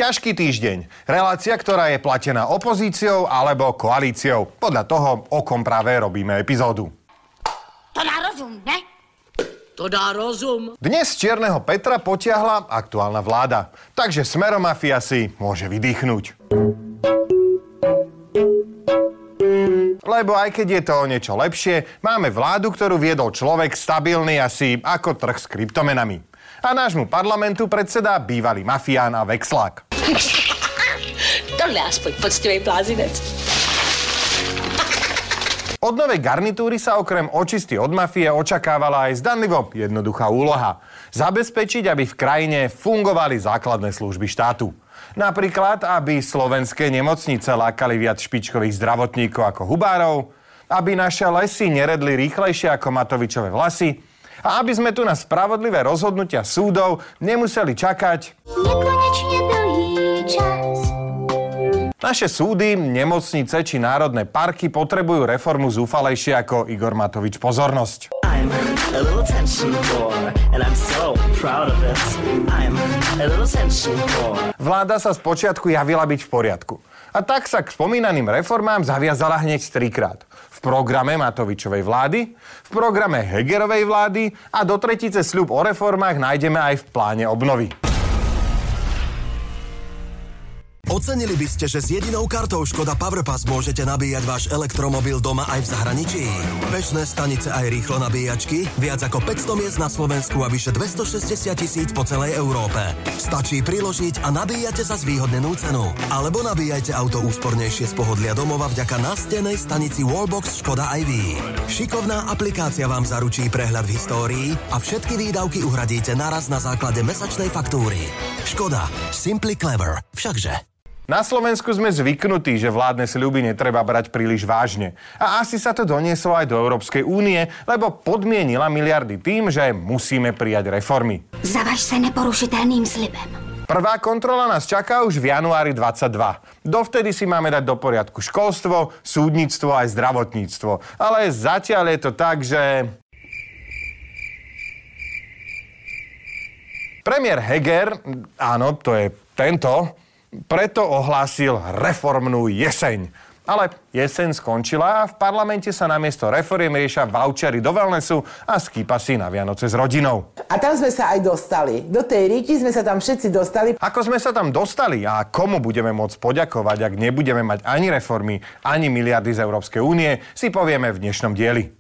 Ťažký týždeň. Relácia, ktorá je platená opozíciou alebo koalíciou. Podľa toho, o kom práve robíme epizódu. To dá rozum, ne? To dá rozum. Dnes čierneho Petra potiahla aktuálna vláda. Takže Smeromafia si môže vydýchnuť. Lebo aj keď je to o niečo lepšie, máme vládu, ktorú viedol človek stabilný asi ako trh s kryptomenami. A nášmu parlamentu predsedá bývalý mafián a vexlák. Tohle aspoň poctivý blázinec. Od novej garnitúry sa okrem očisty od mafie očakávala aj zdanlivo jednoduchá úloha. Zabezpečiť, aby v krajine fungovali základné služby štátu. Napríklad, aby slovenské nemocnice lákali viac špičkových zdravotníkov ako hubárov, aby naše lesy neredli rýchlejšie ako Matovičove vlasy a aby sme tu na spravodlivé rozhodnutia súdov nemuseli čakať Nekonečne dlhý čas. Naše súdy, nemocnice či národné parky potrebujú reformu zúfalejšie ako Igor Matovič pozornosť. I'm a little attention whore, and I'm so proud of it. I'm a little attention whore. Vláda sa spočiatku javila byť v poriadku. A tak sa k spomínaným reformám zaviazala hneď 3-krát. V programe Matovičovej vlády, v programe Hegerovej vlády a do tretice sľub o reformách nájdeme aj v pláne obnovy. Ocenili by ste, že s jedinou kartou Škoda Powerpass môžete nabíjať váš elektromobil doma aj v zahraničí? Bežné stanice aj rýchlo nabíjačky, viac ako 500 miest na Slovensku a vyše 260 000 po celej Európe. Stačí priložiť a nabíjate za zvýhodnenú cenu. Alebo nabíjajte auto úspornejšie z pohodlia domova vďaka nástennej stanici Wallbox Škoda iV. Šikovná aplikácia vám zaručí prehľad v histórii a všetky výdavky uhradíte naraz na základe mesačnej faktúry. Škoda. Simply clever. Všakže. Na Slovensku sme zvyknutí, že vládne sľuby netreba brať príliš vážne. A asi sa to donieslo aj do Európskej únie, lebo podmienila miliardy tým, že musíme prijať reformy. Zavaž sa neporušiteľným slibem. Prvá kontrola nás čaká už v januári 22. Dovtedy si máme dať do poriadku školstvo, súdnictvo aj zdravotníctvo. Ale zatiaľ je to tak, že premiér Heger, áno, to je tento, preto ohlásil reformnú jeseň. Ale jeseň skončila a v parlamente sa namiesto reforiem riešia vouchery do wellnessu a skipasy na Vianoce s rodinou. A tam sme sa aj dostali. Do tej ríti sme sa tam všetci dostali. Ako sme sa tam dostali a komu budeme môcť poďakovať, ak nebudeme mať ani reformy, ani miliardy z Európskej únie, si povieme v dnešnom dieli.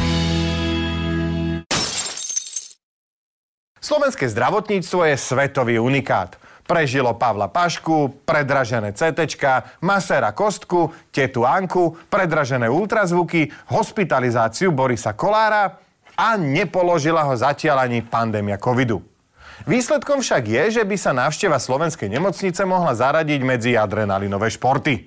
Slovenské zdravotníctvo je svetový unikát. Prežilo Pavla Pašku, predražené CTčka, maséra Kostku, tetu Anku, predražené ultrazvuky, hospitalizáciu Borisa Kollára a nepoložila ho zatiaľ ani pandémia covidu. Výsledkom však je, že by sa návšteva slovenskej nemocnice mohla zaradiť medzi adrenalinové športy.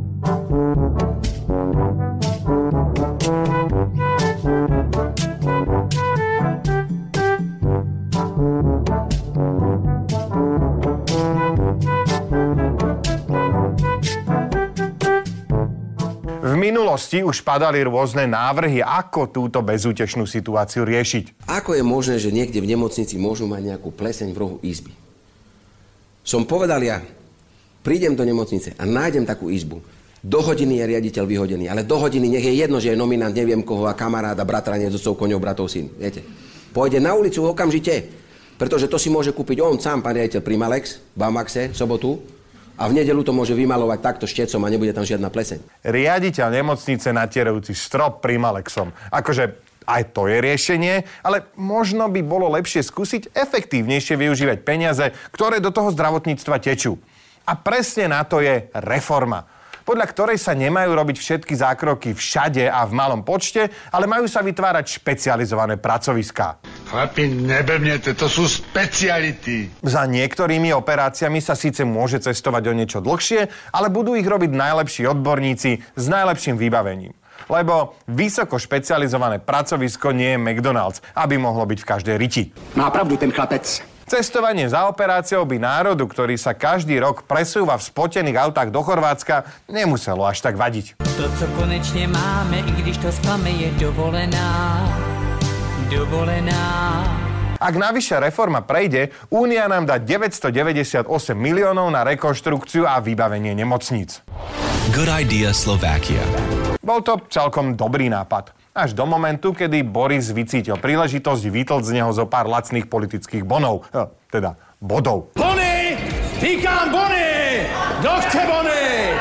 V minulosti už padali rôzne návrhy, ako túto bezútešnú situáciu riešiť. Ako je možné, že niekde v nemocnici môžu mať nejakú pleseň v rohu izby? Som povedal ja, prídem do nemocnice a nájdem takú izbu. Do hodiny je riaditeľ vyhodený, ale do hodiny nech je jedno, že je nominant neviem koho a kamaráda, bratranec, otcov, koňov, bratov, syn. Viete? Pôjde na ulicu okamžite, pretože to si môže kúpiť on sám, pán riaditeľ Primalex, v Bamaxe, v sobotu. A v nedeľu to môže vymalovať takto štecom a nebude tam žiadna pleseň. Riaditeľ nemocnice natierajúci strop Primalexom. Akože aj to je riešenie, ale možno by bolo lepšie skúsiť efektívnejšie využívať peniaze, ktoré do toho zdravotníctva tečú. A presne na to je reforma, podľa ktorej sa nemajú robiť všetky zákroky všade a v malom počte, ale majú sa vytvárať špecializované pracoviská. Chlapi, neblbnete, to sú speciality. Za niektorými operáciami sa síce môže cestovať o niečo dlhšie, ale budú ich robiť najlepší odborníci s najlepším vybavením. Lebo vysoko špecializované pracovisko nie je McDonald's, aby mohlo byť v každej riti. Má pravdu ten chlapec. Cestovanie za operáciou by národu, ktorý sa každý rok presúva v spotených autách do Chorvátska, nemuselo až tak vadiť. To, co konečne máme, i když to sklame, je dovolená. Dovolená. Ak navyše reforma prejde, Únia nám dá 998 miliónov na rekonštrukciu a vybavenie nemocníc. Good idea, Slovakia. Bol to celkom dobrý nápad. Až do momentu, kedy Boris vycítil príležitosť vytlcť z neho zo pár lacných politických bodov. Bony! Říkám bony! Kto chce bony?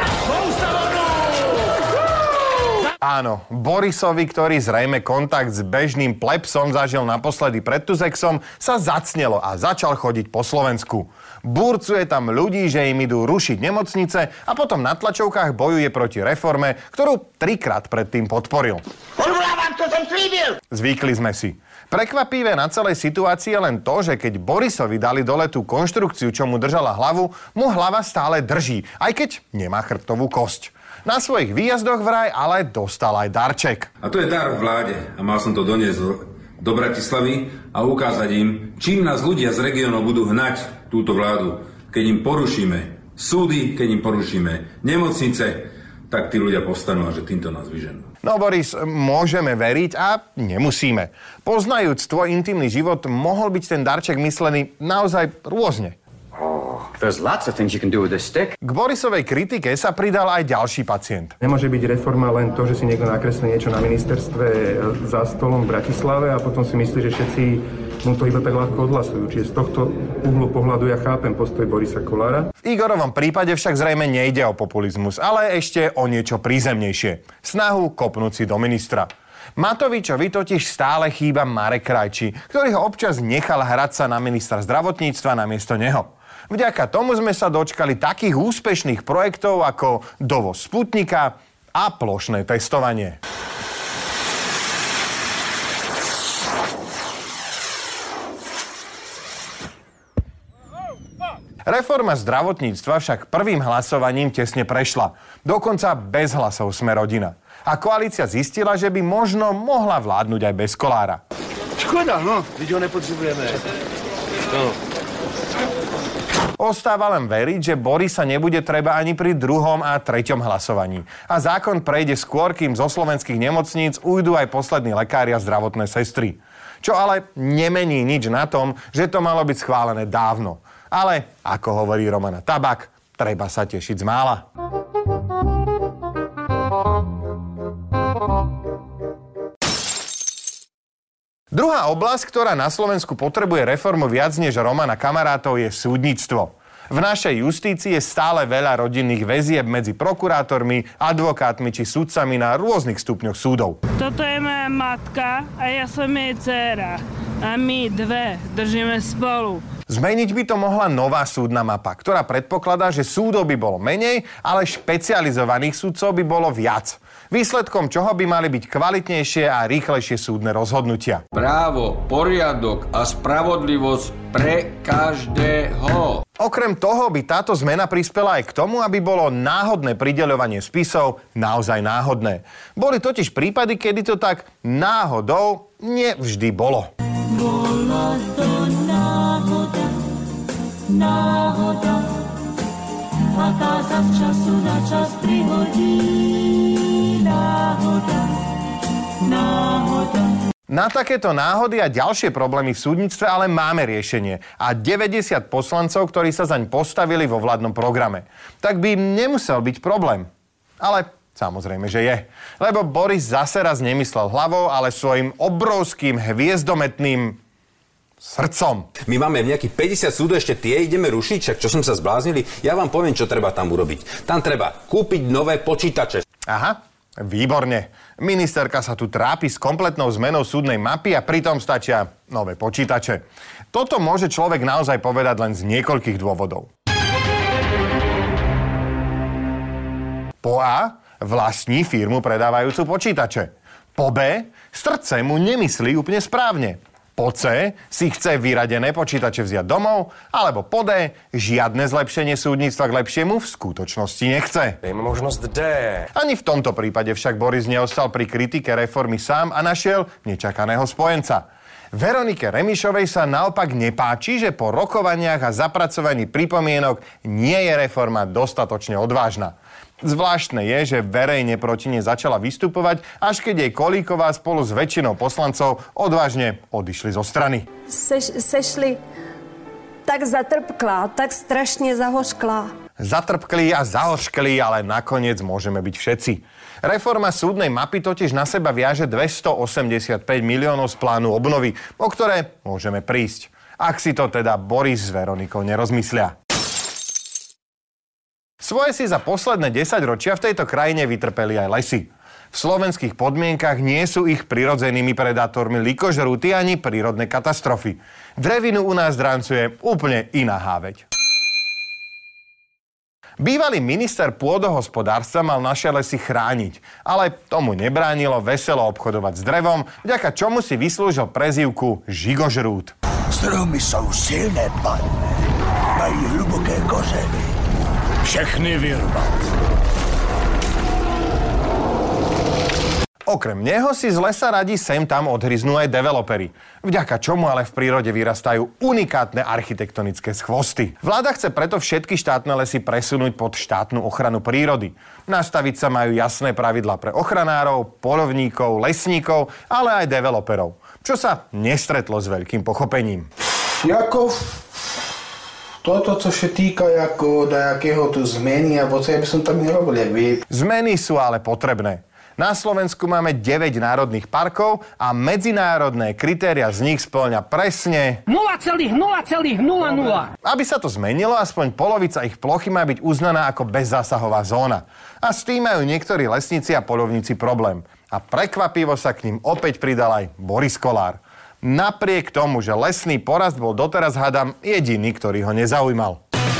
Áno, Borisovi, ktorý zrejme kontakt s bežným plebsom zažil naposledy pred Tuzexom, sa zacnelo a začal chodiť po Slovensku. Burcuje tam ľudí, že im idú rušiť nemocnice a potom na tlačovkách bojuje proti reforme, ktorú 3-krát predtým podporil. Odvolávam, čo som slíbil! Zvykli sme si. Prekvapivé na celej situácii je len to, že keď Borisovi dali dole tú konštrukciu, čo mu držala hlavu, mu hlava stále drží, aj keď nemá chrbtovú kosť. Na svojich výjazdoch vraj ale dostal aj darček. A to je dar v vláde a mal som to doniesť do Bratislavy a ukázať im, čím nás ľudia z regiónov budú hnať túto vládu. Keď im porušíme súdy, keď im porušíme nemocnice, tak tí ľudia povstanú a že týmto nás vyženú. No Boris, môžeme veriť a nemusíme. Poznajúc tvoj intimný život, mohol byť ten darček myslený naozaj rôzne. There's lots of things you can do with this stick. K Borisovej kritike sa pridal aj ďalší pacient. Nemôže byť reforma len to, že si niekto nakreslí niečo na ministerstve za stolom v Bratislave a potom si myslí, že všetci mu to iba tak ľahko odhlasujú. Čiže z tohto uhlu pohľadu ja chápem postoj Borisa Kollára. V Igorovom prípade však zrejme nejde o populizmus, ale ešte o niečo prízemnejšie. Snahu kopnúť si do ministra. Matovičovi totiž stále chýba Marek Krajčí, ktorý ho občas nechal hrať sa na ministra zdravotníctva namiesto neho. Vďaka tomu sme sa dočkali takých úspešných projektov ako dovoz Sputnika a plošné testovanie. Reforma zdravotníctva však prvým hlasovaním tesne prešla. Dokonca bez hlasov Sme rodina. A koalícia zistila, že by možno mohla vládnuť aj bez Kollára. Škoda, no, veď ho nepotrebujeme. No. Ostáva len veriť, že Borisa nebude treba ani pri druhom a treťom hlasovaní. A zákon prejde skôr, kým zo slovenských nemocníc ujdu aj poslední lekári a zdravotné sestry. Čo ale nemení nič na tom, že to malo byť schválené dávno. Ale, ako hovorí Romana Tabak, treba sa tešiť z mála. Druhá oblasť, ktorá na Slovensku potrebuje reformu viac než Romana kamarátov, je súdnictvo. V našej justícii je stále veľa rodinných väzieb medzi prokurátormi, advokátmi či sudcami na rôznych stupňoch súdov. Toto je moja matka a ja som jej dcéra. A my dve držíme spolu. Zmeniť by to mohla nová súdna mapa, ktorá predpokladá, že súdov by bolo menej, ale špecializovaných súdcov by bolo viac. Výsledkom čoho by mali byť kvalitnejšie a rýchlejšie súdne rozhodnutia. Právo, poriadok a spravodlivosť pre každého. Okrem toho by táto zmena prispela aj k tomu, aby bolo náhodné prideľovanie spisov naozaj náhodné. Boli totiž prípady, kedy to tak náhodou nevždy bolo. Bola to náhoda, náhoda, aká sa z času na čas prihodí. Náhoda, náhoda. Na takéto náhody a ďalšie problémy v súdnictve ale máme riešenie a 90 poslancov, ktorí sa zaň postavili vo vládnom programe. Tak by nemusel byť problém. Ale samozrejme, že je. Lebo Boris zase raz nemyslel hlavou, ale svojim obrovským hviezdometným srdcom. My máme nejakých 50 súdov, ešte tie ideme rušiť, však čo sme sa zbláznili? Ja vám poviem, čo treba tam urobiť. Tam treba kúpiť nové počítače. Aha. Výborne. Ministerka sa tu trápi s kompletnou zmenou súdnej mapy a pritom stačia nové počítače. Toto môže človek naozaj povedať len z niekoľkých dôvodov. Po A, vlastní firmu predávajúcu počítače. Po B, srdce mu nemyslí úplne správne. Po C, si chce vyradené počítače vziať domov, alebo po D, žiadne zlepšenie súdnictva k lepšiemu v skutočnosti nechce. Dejme možnosť D. Ani v tomto prípade však Boris neostal pri kritike reformy sám a našiel nečakaného spojenca. Veronike Remišovej sa naopak nepáči, že po rokovaniach a zapracovaní pripomienok nie je reforma dostatočne odvážna. Zvláštne je, že verejne proti nej začala vystupovať, až keď jej Kolíková spolu s väčšinou poslancov odvážne odišli zo strany. Sešli tak zatrpklá, tak strašne zahošklá. Zatrpklí a zahošklí, ale nakoniec môžeme byť všetci. Reforma súdnej mapy totiž na seba viaže 285 miliónov z plánu obnovy, o ktoré môžeme prísť. Ak si to teda Boris s Veronikou nerozmyslia. Svoje si za posledné 10 ročia v tejto krajine vytrpeli aj lesy. V slovenských podmienkach nie sú ich prirodzenými predátormi likožrúty ani prírodné katastrofy. Drevinu u nás drancuje úplne iná háveť. Bývalý minister pôdohospodárstva mal naše lesy chrániť, ale tomu nebránilo veselo obchodovať s drevom, vďaka čomu si vyslúžil prezývku Žigožrút. Stromy sú silné, pane. Mají hluboké kořeny. Všechny vyrvat. Okrem neho si z lesa radi sem tam odhryznú aj developeri, vďaka čomu ale v prírode vyrastajú unikátne architektonické schvosty. Vláda chce preto všetky štátne lesy presunúť pod štátnu ochranu prírody. Nastaviť sa majú jasné pravidlá pre ochranárov, poľovníkov, lesníkov, ale aj developerov, čo sa nestretlo s veľkým pochopením. Toto, co sa týka nejakého tu zmeny, alebo co ja by som tak nerobil, jak vy. Zmeny sú ale potrebné. Na Slovensku máme 9 národných parkov a medzinárodné kritéria z nich spĺňa presne 0,0,00. Aby sa to zmenilo, aspoň polovica ich plochy má byť uznaná ako bezzásahová zóna. A s tým majú niektorí lesníci a poľovníci problém. A prekvapivo sa k ním opäť pridal aj Boris Kollár. Napriek tomu, že lesný porast bol doteraz, hádam, jediný, ktorý ho nezaujímal.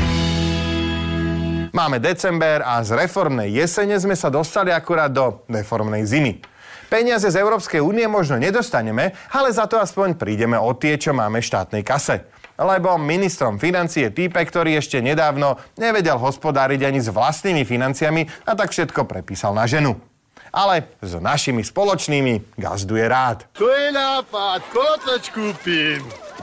Máme december a z reformnej jesene sme sa dostali akurát do reformnej zimy. Peniaze z Európskej únie možno nedostaneme, ale za to aspoň prídeme o tie, čo máme v štátnej kase. Lebo ministrom financií je týpek, ktorý ešte nedávno nevedel hospodáriť ani s vlastnými financiami a tak všetko prepísal na ženu. Ale s našimi spoločnými gazduje rád. To je nápad, kolotoč kúpim.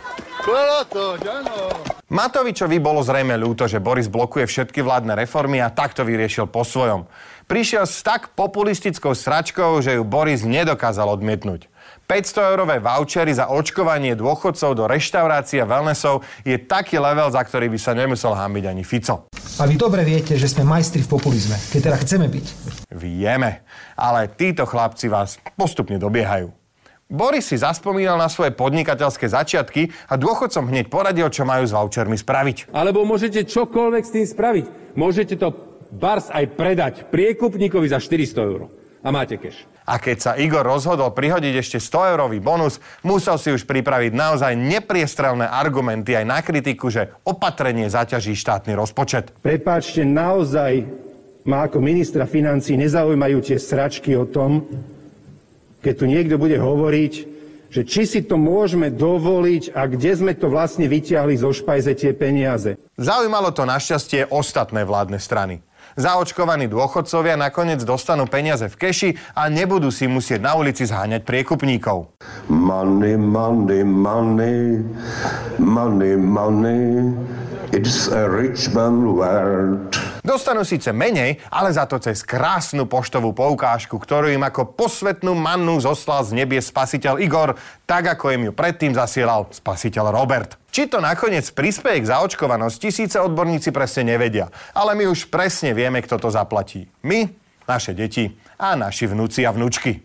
Kolotoč, áno. Matovičovi bolo zrejme ľúto, že Boris blokuje všetky vládne reformy a takto vyriešil po svojom. Prišiel s tak populistickou sračkou, že ju Boris nedokázal odmietnúť. 500-eurové vouchery za očkovanie dôchodcov do reštaurácií a wellnessov je taký level, za ktorý by sa nemusel hanbiť ani Fico. A vy dobre viete, že sme majstri v populizme, keď teda chceme byť. Vieme, ale títo chlapci vás postupne dobiehajú. Boris si zaspomínal na svoje podnikateľské začiatky a dôchodcom hneď poradil, čo majú s vouchermi spraviť. Alebo môžete čokoľvek s tým spraviť. Môžete to bars aj predať priekupníkovi za 400 eur. A máte cash. A keď sa Igor rozhodol prihodiť ešte 100-eurový bonus, musel si už pripraviť naozaj nepriestrelné argumenty aj na kritiku, že opatrenie zaťaží štátny rozpočet. Prepáčte, naozaj ma ako ministra financií nezaujímajú tie sračky o tom, keď tu niekto bude hovoriť, že či si to môžeme dovoliť a kde sme to vlastne vyťahli zo špajze tie peniaze. Zaujímalo to našťastie ostatné vládne strany. Zaočkovaní dôchodcovia nakoniec dostanú peniaze v keši a nebudú si musieť na ulici zháňať priekupníkov. Money, money, money, money, money, it's a rich man's world. Dostanú síce menej, ale za to cez krásnu poštovú poukážku, ktorú im ako posvetnú mannu zoslal z nebies spasiteľ Igor, tak ako im ju predtým zasielal spasiteľ Robert. Či to nakoniec prispieje k zaočkovanosti, síce odborníci presne nevedia, ale my už presne vieme, kto to zaplatí. My, naše deti a naši vnúci a vnúčky.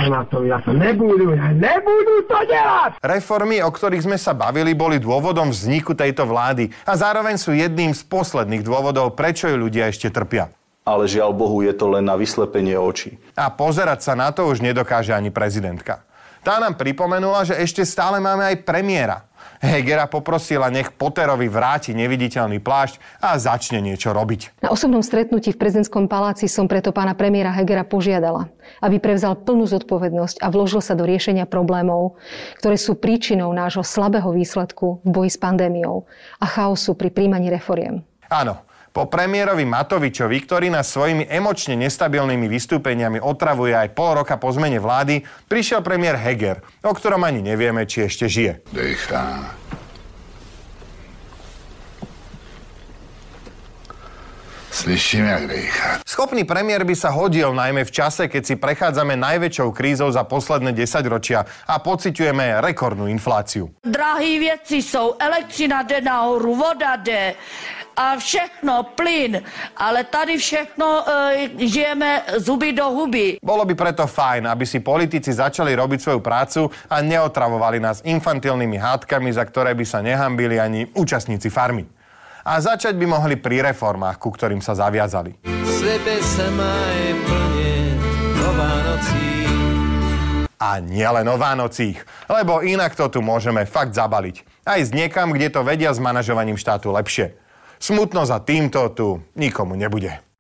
Nebudú to delať! Reformy, o ktorých sme sa bavili, boli dôvodom vzniku tejto vlády a zároveň sú jedným z posledných dôvodov, prečo ju ľudia ešte trpia. Ale žiaľ Bohu, je to len na vyslepenie očí. A pozerať sa na to už nedokáže ani prezidentka. Tá nám pripomenula, že ešte stále máme aj premiéra. Hegera poprosila, nech Potterovi vráti neviditeľný plášť a začne niečo robiť. Na osobnom stretnutí v prezidentskom paláci som preto pána premiéra Hegera požiadala, aby prevzal plnú zodpovednosť a vložil sa do riešenia problémov, ktoré sú príčinou nášho slabého výsledku v boji s pandémiou a chaosu pri príjmaní reforiem. Áno. Po premiérovi Matovičovi, ktorý nás svojimi emočne nestabilnými vystúpeniami otravuje aj pol roka po zmene vlády, prišiel premiér Heger, o ktorom ani nevieme, či ešte žije. Dýchá. Slyším, jak dejchá. Schopný premiér by sa hodil najmä v čase, keď si prechádzame najväčšou krízou za posledné 10 ročia a pociťujeme rekordnú infláciu. Drahé věci jsou, elektřina jde nahoru, voda jde a všechno, plyn, ale tady všechno žijeme zuby do huby. Bolo by preto fajn, aby si politici začali robiť svoju prácu a neotravovali nás infantilnými hádkami, za ktoré by sa nehambili ani účastníci farmy. A začať by mohli pri reformách, ku ktorým sa zaviazali. Svete sa maje plne o Vánocích. A nielen o Vánocích, lebo inak to tu môžeme fakt zabaliť. Aj s niekam, kde to vedia s manažovaním štátu lepšie. Smutno za týmto tu nikomu nebude.